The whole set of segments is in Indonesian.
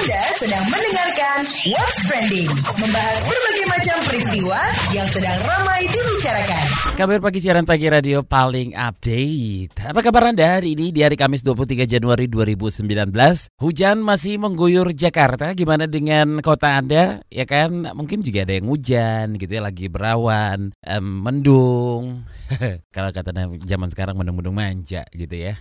Anda sedang mendengarkan What's Trending, membahas berbagai macam peristiwa yang sedang ramai dibicarakan. Kabar pagi siaran pagi radio paling update. Apa kabar Anda hari ini di hari Kamis 23 Januari 2019? Hujan masih mengguyur Jakarta. Gimana dengan kota Anda? Ya kan mungkin juga ada yang hujan gitu ya, lagi berawan, mendung. Kalau kata zaman sekarang mendung-mendung manja gitu ya.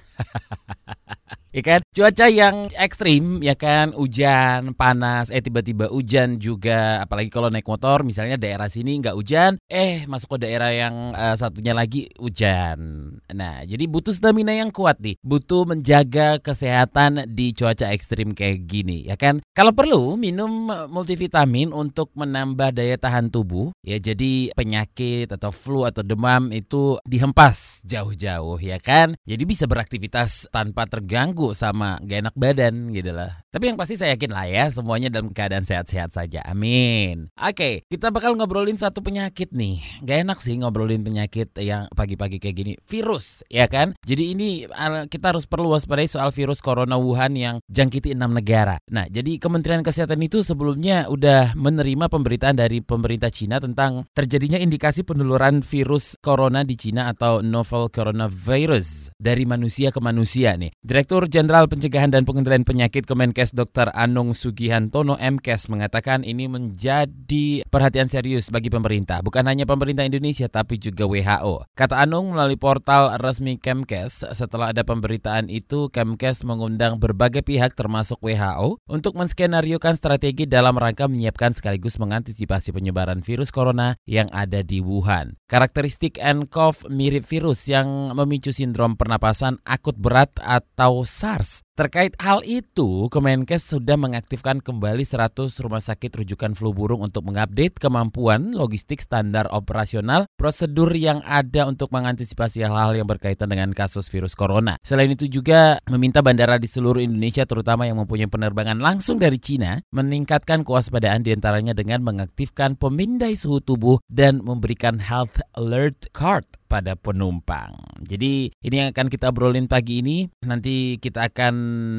Ya kan, cuaca yang ekstrim, ya kan, hujan, panas, tiba-tiba hujan juga, apalagi kalau naik motor, misalnya daerah sini nggak hujan, masuk ke daerah yang satunya lagi hujan. Nah, jadi butuh stamina yang kuat nih, butuh menjaga kesehatan di cuaca ekstrim kayak gini, ya kan. Kalau perlu, minum multivitamin untuk menambah daya tahan tubuh, ya jadi penyakit atau flu atau demam itu dihempas jauh-jauh, ya kan. Jadi bisa beraktivitas tanpa terganggu sama gak enak badan gitu lah. Tapi yang pasti saya yakin lah ya semuanya dalam keadaan sehat-sehat saja. Amin. Oke, kita bakal ngobrolin satu penyakit nih. Gak enak sih ngobrolin penyakit yang pagi-pagi kayak gini. Virus, ya kan? Jadi ini kita harus perlu waspadai soal virus corona Wuhan yang jangkiti 6 negara. Nah, jadi Kementerian Kesehatan itu sebelumnya udah menerima pemberitaan dari pemerintah Cina tentang terjadinya indikasi penularan virus corona di Cina atau novel coronavirus dari manusia ke manusia nih. Direktur Jenderal Pencegahan dan Pengendalian Penyakit Kemenkes Dr. Anung Sugihantono MKes mengatakan ini menjadi perhatian serius bagi pemerintah. Bukan hanya pemerintah Indonesia tapi juga WHO. Kata Anung melalui portal resmi Kemkes, setelah ada pemberitaan itu Kemkes mengundang berbagai pihak termasuk WHO untuk menskenariokan strategi dalam rangka menyiapkan sekaligus mengantisipasi penyebaran virus corona yang ada di Wuhan. Karakteristik nCoV mirip virus yang memicu sindrom pernapasan akut berat atau SARS. Terkait hal itu, Kemenkes sudah mengaktifkan kembali 100 rumah sakit rujukan flu burung untuk mengupdate kemampuan logistik standar operasional, prosedur yang ada untuk mengantisipasi hal-hal yang berkaitan dengan kasus virus corona. Selain itu juga meminta bandara di seluruh Indonesia terutama yang mempunyai penerbangan langsung dari Cina meningkatkan kewaspadaan diantaranya dengan mengaktifkan pemindai suhu tubuh dan memberikan health alert card pada penumpang. Jadi ini yang akan kita obrolin pagi ini. Nanti kita akan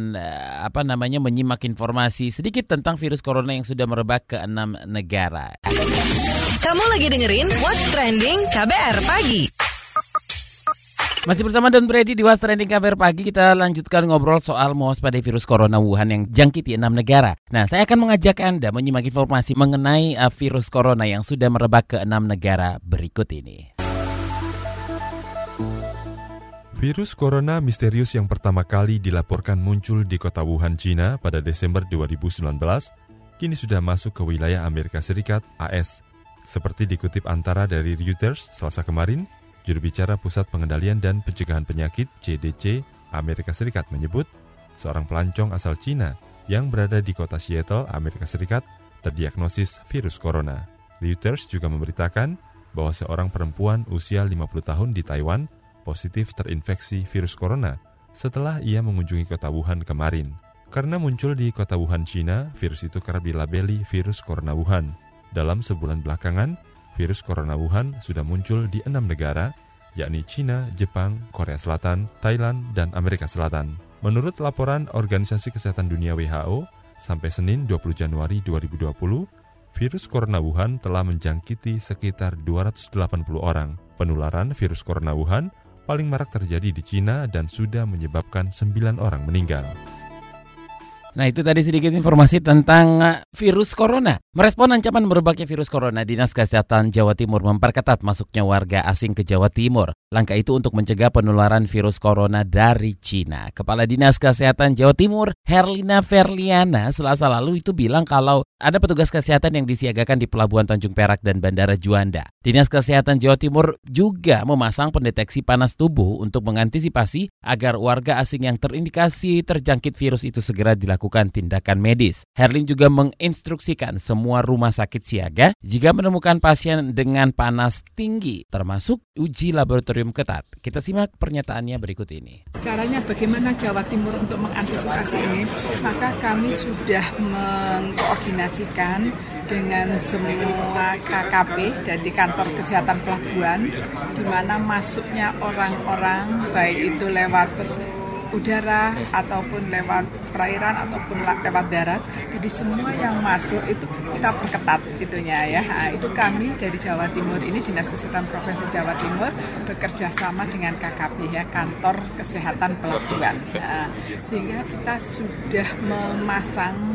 menyimak informasi sedikit tentang virus corona yang sudah merebak ke 6 negara. Kamu lagi dengerin What's Trending KBR Pagi. Masih bersama Don Brady di What's Trending KBR Pagi, kita lanjutkan ngobrol soal mewaspadai virus corona Wuhan yang jangkiti 6 negara. Nah, saya akan mengajak Anda menyimak informasi mengenai virus corona yang sudah merebak ke 6 negara berikut ini. Virus corona misterius yang pertama kali dilaporkan muncul di kota Wuhan, China pada Desember 2019, kini sudah masuk ke wilayah Amerika Serikat, AS. Seperti dikutip antara dari Reuters Selasa kemarin, juru bicara Pusat Pengendalian dan Pencegahan Penyakit (CDC) Amerika Serikat menyebut, seorang pelancong asal China yang berada di kota Seattle, Amerika Serikat, terdiagnosis virus corona. Reuters juga memberitakan bahwa seorang perempuan usia 50 tahun di Taiwan positif terinfeksi virus corona setelah ia mengunjungi kota Wuhan kemarin. Karena muncul di kota Wuhan, China, virus itu kerap dilabeli virus corona Wuhan. Dalam sebulan belakangan, virus corona Wuhan sudah muncul di 6 negara, yakni China, Jepang, Korea Selatan, Thailand, dan Amerika Selatan. Menurut laporan Organisasi Kesehatan Dunia WHO, sampai Senin 20 Januari 2020, virus corona Wuhan telah menjangkiti sekitar 280 orang. Penularan virus corona Wuhan paling marak terjadi di China dan sudah menyebabkan 9 orang meninggal. Nah, itu tadi sedikit informasi tentang virus corona. Merespon ancaman merebaknya virus corona, Dinas Kesehatan Jawa Timur memperketat masuknya warga asing ke Jawa Timur. Langkah itu untuk mencegah penularan virus corona dari Cina. Kepala Dinas Kesehatan Jawa Timur, Herlina Ferliana, Selasa lalu itu bilang kalau ada petugas kesehatan yang disiagakan di Pelabuhan Tanjung Perak dan Bandara Juanda. Dinas Kesehatan Jawa Timur juga memasang pendeteksi panas tubuh untuk mengantisipasi agar warga asing yang terindikasi terjangkit virus itu segera dilakukan tindakan medis. Herlin juga menginstruksikan semua rumah sakit siaga jika menemukan pasien dengan panas tinggi, termasuk uji laboratorium ketat. Kita simak pernyataannya berikut ini. Caranya bagaimana Jawa Timur untuk mengantisipasi ini? Maka kami sudah mengkoordinasikan dengan semua KKP dan di kantor kesehatan pelabuhan, di mana masuknya orang-orang baik itu lewat udara ataupun lewat perairan ataupun lewat darat. Jadi semua yang masuk itu kita perketat itunya ya. Nah, itu kami dari Jawa Timur ini Dinas Kesehatan Provinsi Jawa Timur bekerja sama dengan KKP ya, Kantor Kesehatan Pelabuhan. Nah, sehingga kita sudah memasang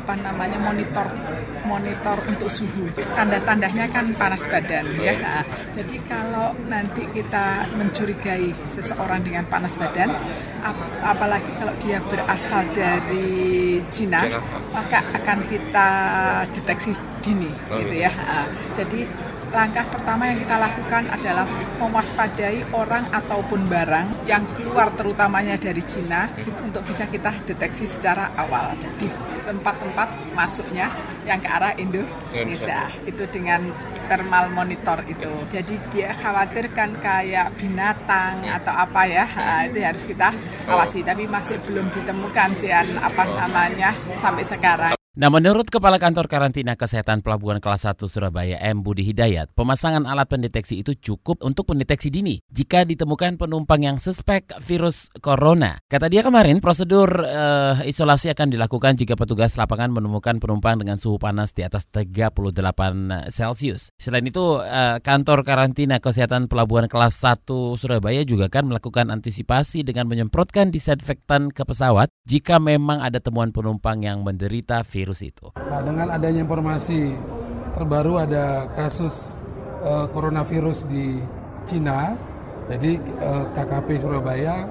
monitor untuk suhu. Tanda-tandanya kan panas badan ya. Nah, jadi kalau nanti kita mencurigai seseorang dengan panas badan, apalagi kalau dia berasal dari Cina, maka akan kita deteksi dini gitu ya. Nah, jadi langkah pertama yang kita lakukan adalah mewaspadai orang ataupun barang yang keluar terutamanya dari Cina untuk bisa kita deteksi secara awal di tempat-tempat masuknya yang ke arah Indonesia. Itu dengan thermal monitor itu. Jadi dia khawatirkan kayak binatang atau apa ya, itu harus kita awasi. Tapi masih belum ditemukan sampai sekarang. Nah, menurut Kepala Kantor Karantina Kesehatan Pelabuhan Kelas 1 Surabaya M. Budi Hidayat, pemasangan alat pendeteksi itu cukup untuk pendeteksi dini jika ditemukan penumpang yang suspek virus corona. Kata dia kemarin, prosedur isolasi akan dilakukan jika petugas lapangan menemukan penumpang dengan suhu panas di atas 38 Celcius. Selain itu, Kantor Karantina Kesehatan Pelabuhan Kelas 1 Surabaya juga akan melakukan antisipasi dengan menyemprotkan disinfektan ke pesawat jika memang ada temuan penumpang yang menderita virus itu. Nah, dengan adanya informasi terbaru ada kasus coronavirus di Cina, jadi KKP Surabaya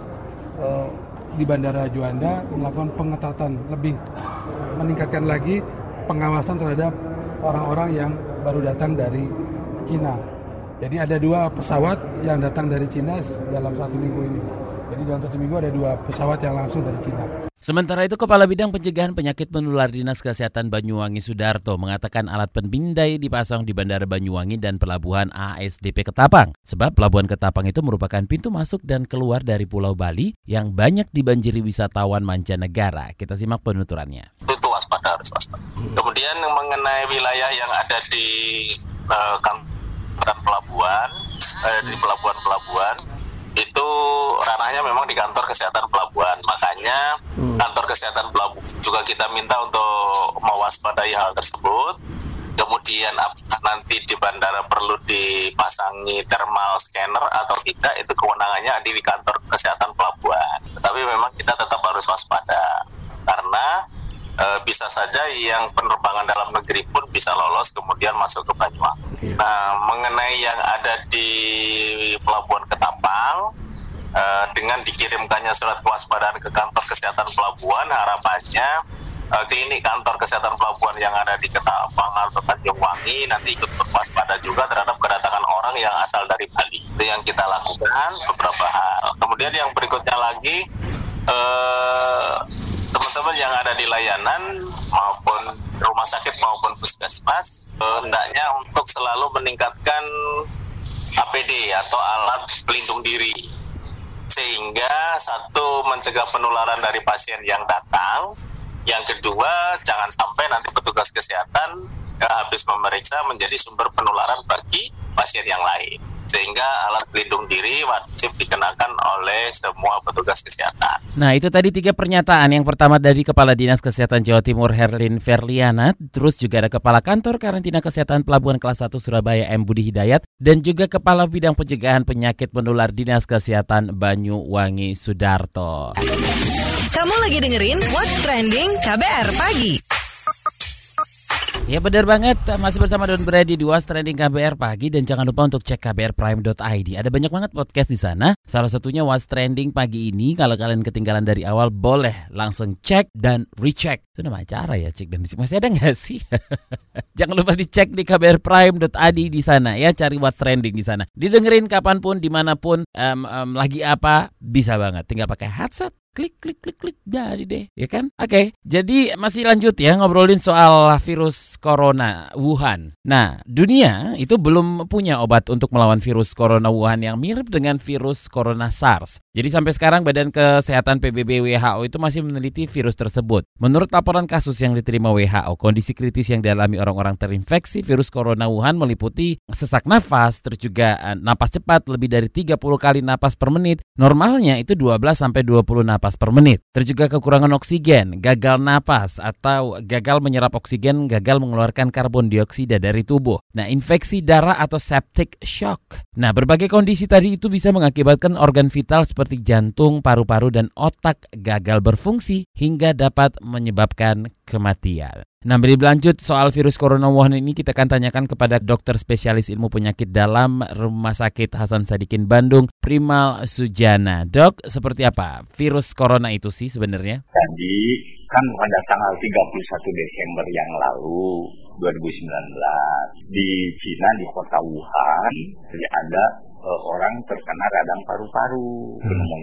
di Bandara Juanda melakukan pengetatan, lebih meningkatkan lagi pengawasan terhadap orang-orang yang baru datang dari Cina. Jadi ada 2 pesawat yang datang dari Cina dalam 1 minggu ini. Jadi dalam 1 minggu ada 2 pesawat yang langsung dari Cina. Sementara itu, Kepala Bidang Pencegahan Penyakit Menular Dinas Kesehatan Banyuwangi Sudarto mengatakan alat pemindai dipasang di Bandara Banyuwangi dan Pelabuhan ASDP Ketapang. Sebab Pelabuhan Ketapang itu merupakan pintu masuk dan keluar dari Pulau Bali yang banyak dibanjiri wisatawan mancanegara. Kita simak penuturannya. Itu waspada, harus waspada. Kemudian mengenai wilayah yang ada di kantor pelabuhan, di pelabuhan-pelabuhan, itu ranahnya memang di kantor kesehatan pelabuhan. Makanya kantor kesehatan pelabuhan juga kita minta untuk mewaspadai hal tersebut. Kemudian apakah nanti di bandara perlu dipasangi thermal scanner atau tidak, itu kewenangannya ada di kantor kesehatan pelabuhan. Tetapi memang kita tetap harus waspada karena bisa saja yang penerbangan dalam negeri pun bisa lolos kemudian masuk ke Banyuwangi. Nah, mengenai yang ada di Pelabuhan Ketapang, dengan dikirimkannya surat kewaspadaan ke kantor kesehatan pelabuhan, harapannya klinik kantor kesehatan pelabuhan yang ada di Ketapang atau Tanjung Wangi nanti ikut berwaspada juga terhadap kedatangan orang yang asal dari Bali. Itu yang kita lakukan beberapa hal. Kemudian yang berikutnya lagi, teman-teman yang ada di layanan maupun rumah sakit maupun puskesmas hendaknya untuk selalu meningkatkan APD atau alat pelindung diri, sehingga satu mencegah penularan dari pasien yang datang, yang kedua jangan sampai nanti petugas kesehatan habis memeriksa menjadi sumber penularan bagi pasien yang lain, sehingga alat pelindung diri wajib dikenakan oleh semua petugas kesehatan. Nah, itu tadi 3 pernyataan. Yang pertama dari Kepala Dinas Kesehatan Jawa Timur Herlin Verliana, terus juga ada Kepala Kantor Karantina Kesehatan Pelabuhan Kelas 1 Surabaya M. Budi Hidayat, dan juga Kepala Bidang Pencegahan Penyakit Menular Dinas Kesehatan Banyuwangi Sudarto. Kamu lagi dengerin What's Trending KBR Pagi. Ya, benar banget, masih bersama Don Brady di What's Trending KBR Pagi, dan jangan lupa untuk cek kbrprime.id. Ada banyak banget podcast di sana. Salah satunya What's Trending pagi ini. Kalau kalian ketinggalan dari awal, boleh langsung cek dan recheck. Itu nama acara ya, cek dan recheck. Masih ada nggak sih? Jangan lupa dicek di kbrprime.id di sana ya, cari What's Trending di sana. Didengerin kapanpun, dimanapun, lagi apa, bisa banget. Tinggal pakai headset. Klik, jadi deh, ya kan? Oke, jadi masih lanjut ya ngobrolin soal virus corona Wuhan. Nah, dunia itu belum punya obat untuk melawan virus corona Wuhan yang mirip dengan virus corona SARS. Jadi sampai sekarang Badan Kesehatan PBB WHO itu masih meneliti virus tersebut. Menurut laporan kasus yang diterima WHO, kondisi kritis yang dialami orang-orang terinfeksi virus corona Wuhan meliputi sesak nafas, terus juga napas cepat lebih dari 30 kali napas per menit. Normalnya itu 12 sampai 20 napas napas per menit. Terus juga kekurangan oksigen, gagal napas atau gagal menyerap oksigen, gagal mengeluarkan karbon dioksida dari tubuh. Nah, infeksi darah atau septic shock. Nah, berbagai kondisi tadi itu bisa mengakibatkan organ vital seperti jantung, paru-paru, dan otak gagal berfungsi hingga dapat menyebabkan kematian. Nah, lebih lanjut soal virus corona Wuhan ini kita akan tanyakan kepada dokter spesialis ilmu penyakit dalam Rumah Sakit Hasan Sadikin Bandung, Primal Sujana. Dok, seperti apa virus corona itu sih sebenarnya? Jadi kan pada tanggal 31 Desember yang lalu 2019 di Cina, di kota Wuhan, ada orang terkena radang paru-paru,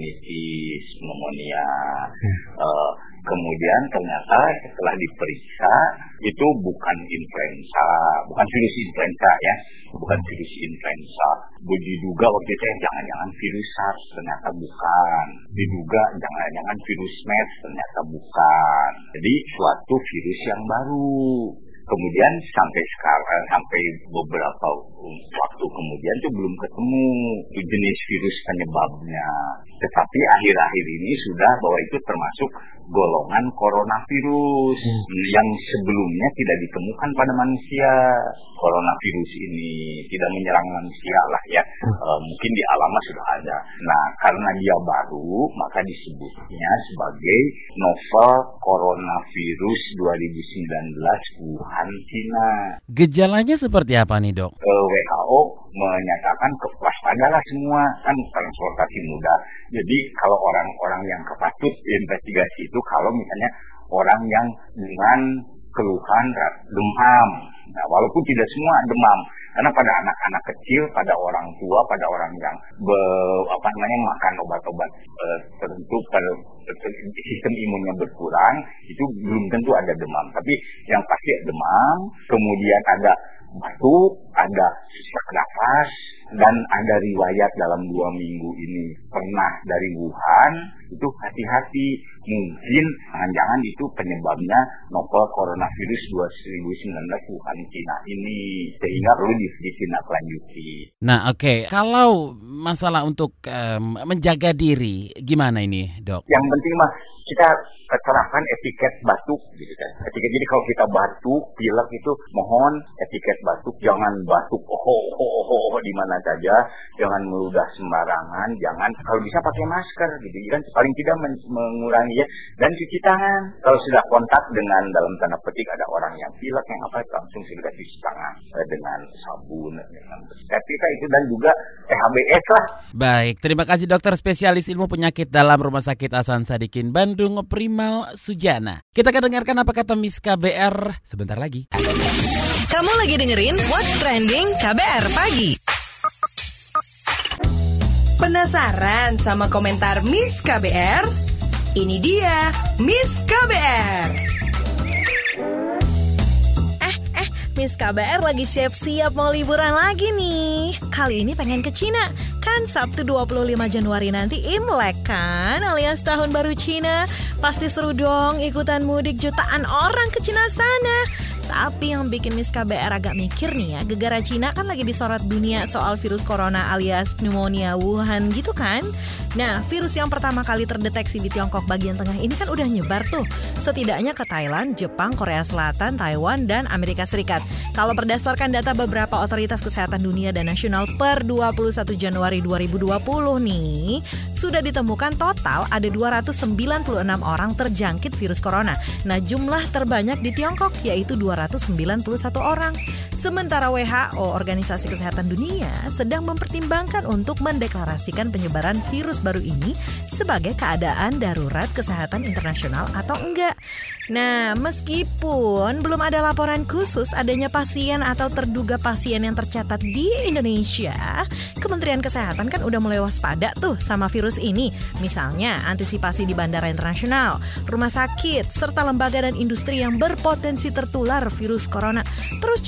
pneumonia. Kemudian ternyata setelah diperiksa itu bukan influenza, bukan virus influenza ya, bukan virus influenza. Diduga waktu itu jangan-jangan virus SARS, ternyata bukan. Diduga jangan-jangan virus MERS, ternyata bukan. Jadi suatu virus yang baru. Kemudian sampai sekarang, sampai beberapa waktu kemudian itu belum ketemu jenis virus penyebabnya. Tetapi akhir-akhir ini sudah bahwa itu termasuk golongan coronavirus yang sebelumnya tidak ditemukan pada manusia. Coronavirus ini tidak menyerang manusia lah ya, mungkin di alam sudah ada. Nah, karena dia baru, maka disebutnya sebagai novel coronavirus 2019 Wuhan, Cina. Gejalanya seperti apa nih, Dok? WHO menyatakan waspadalah semua, kan transportasi mudah. Jadi kalau orang-orang yang kepatut investigasi itu kalau misalnya orang yang dengan keluhan demam. Nah, walaupun tidak semua demam, karena pada anak-anak kecil, pada orang tua, pada orang yang makan obat-obat tertentu, pada sistem imunnya berkurang, itu belum tentu ada demam. Tapi yang pasti demam, kemudian ada batuk, ada sesak nafas, dan ada riwayat dalam 2 minggu ini pernah dari Wuhan. Itu hati-hati, mungkin jangan-jangan itu penyebabnya novel coronavirus 2019 Wuhan, Cina ini, sehingga perlu ditindaklanjuti. Nah, oke. Kalau masalah untuk menjaga diri, gimana ini, Dok? Yang penting mah kita terapkan etiket batuk, gitu kan. Etiket, jadi kalau kita batuk, pilek itu mohon etiket batuk, jangan batuk di mana saja, jangan meludah sembarangan, jangan, kalau bisa pakai masker, gitu kan, paling tidak mengurangi ya, dan cuci tangan. Kalau sudah kontak dengan dalam tanda petik ada orang yang pilek yang apa, langsung segera cuci tangan dengan sabun, dengan setrika itu, dan juga THBS lah. Baik, terima kasih dokter spesialis ilmu penyakit dalam Rumah Sakit Hasan Sadikin Bandung, Primal Sujana. Kita akan dengarkan apa kata Miss KBR sebentar lagi. Kamu lagi dengerin What's Trending KBR Pagi. Penasaran sama komentar Miss KBR? Ini dia Miss KBR. Miss KBR lagi siap-siap mau liburan lagi nih. Kali ini pengen ke Cina. Kan Sabtu 25 Januari nanti Imlek kan, alias Tahun Baru Cina. Pasti seru dong ikutan mudik jutaan orang ke Cina sana. Tapi yang bikin Miss KBR agak mikir nih ya, gegara Cina kan lagi disorot dunia soal virus corona alias pneumonia Wuhan gitu kan. Nah, virus yang pertama kali terdeteksi di Tiongkok bagian tengah ini kan udah nyebar tuh, setidaknya ke Thailand, Jepang, Korea Selatan, Taiwan, dan Amerika Serikat. Kalau berdasarkan data beberapa otoritas kesehatan dunia dan nasional per 21 Januari 2020 nih, sudah ditemukan total ada 296 orang terjangkit virus corona. Nah, jumlah terbanyak di Tiongkok yaitu 291 orang. Sementara WHO, Organisasi Kesehatan Dunia, sedang mempertimbangkan untuk mendeklarasikan penyebaran virus baru ini sebagai keadaan darurat kesehatan internasional atau enggak. Nah, meskipun belum ada laporan khusus adanya pasien atau terduga pasien yang tercatat di Indonesia, Kementerian Kesehatan kan udah mulai waspada tuh sama virus ini. Misalnya antisipasi di bandara internasional, rumah sakit, serta lembaga dan industri yang berpotensi tertular virus corona. Terus juga disiapkan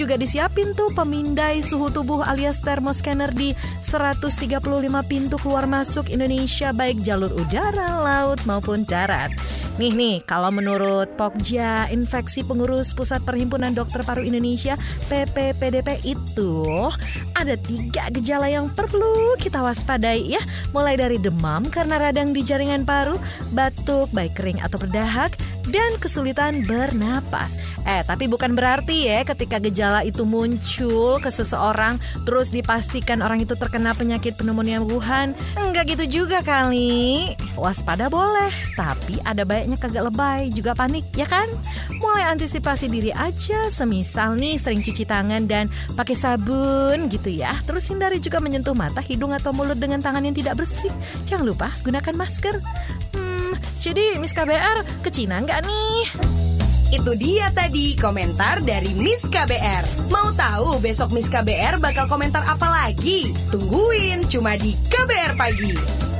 siapin tuh pemindai suhu tubuh alias thermoscanner di 135 pintu keluar masuk Indonesia, baik jalur udara, laut maupun darat. Nih, kalau menurut Pokja, Infeksi Pengurus Pusat Perhimpunan Dokter Paru Indonesia (PPPDP) itu ada 3 gejala yang perlu kita waspadai ya. Mulai dari demam karena radang di jaringan paru, batuk baik kering atau berdahak, dan kesulitan bernapas. Tapi bukan berarti ya ketika gejala itu muncul ke seseorang terus dipastikan orang itu terkena penyakit pneumonia Wuhan. Enggak gitu juga kali. Waspada boleh, tapi ada baiknya kagak lebay juga panik ya kan? Mulai antisipasi diri aja, semisal nih sering cuci tangan dan pakai sabun gitu ya. Terus hindari juga menyentuh mata, hidung atau mulut dengan tangan yang tidak bersih. Jangan lupa gunakan masker. Jadi Miss KBR ke Cina nggak nih? Itu dia tadi komentar dari Miss KBR. Mau tahu besok Miss KBR bakal komentar apa lagi? Tungguin cuma di KBR Pagi.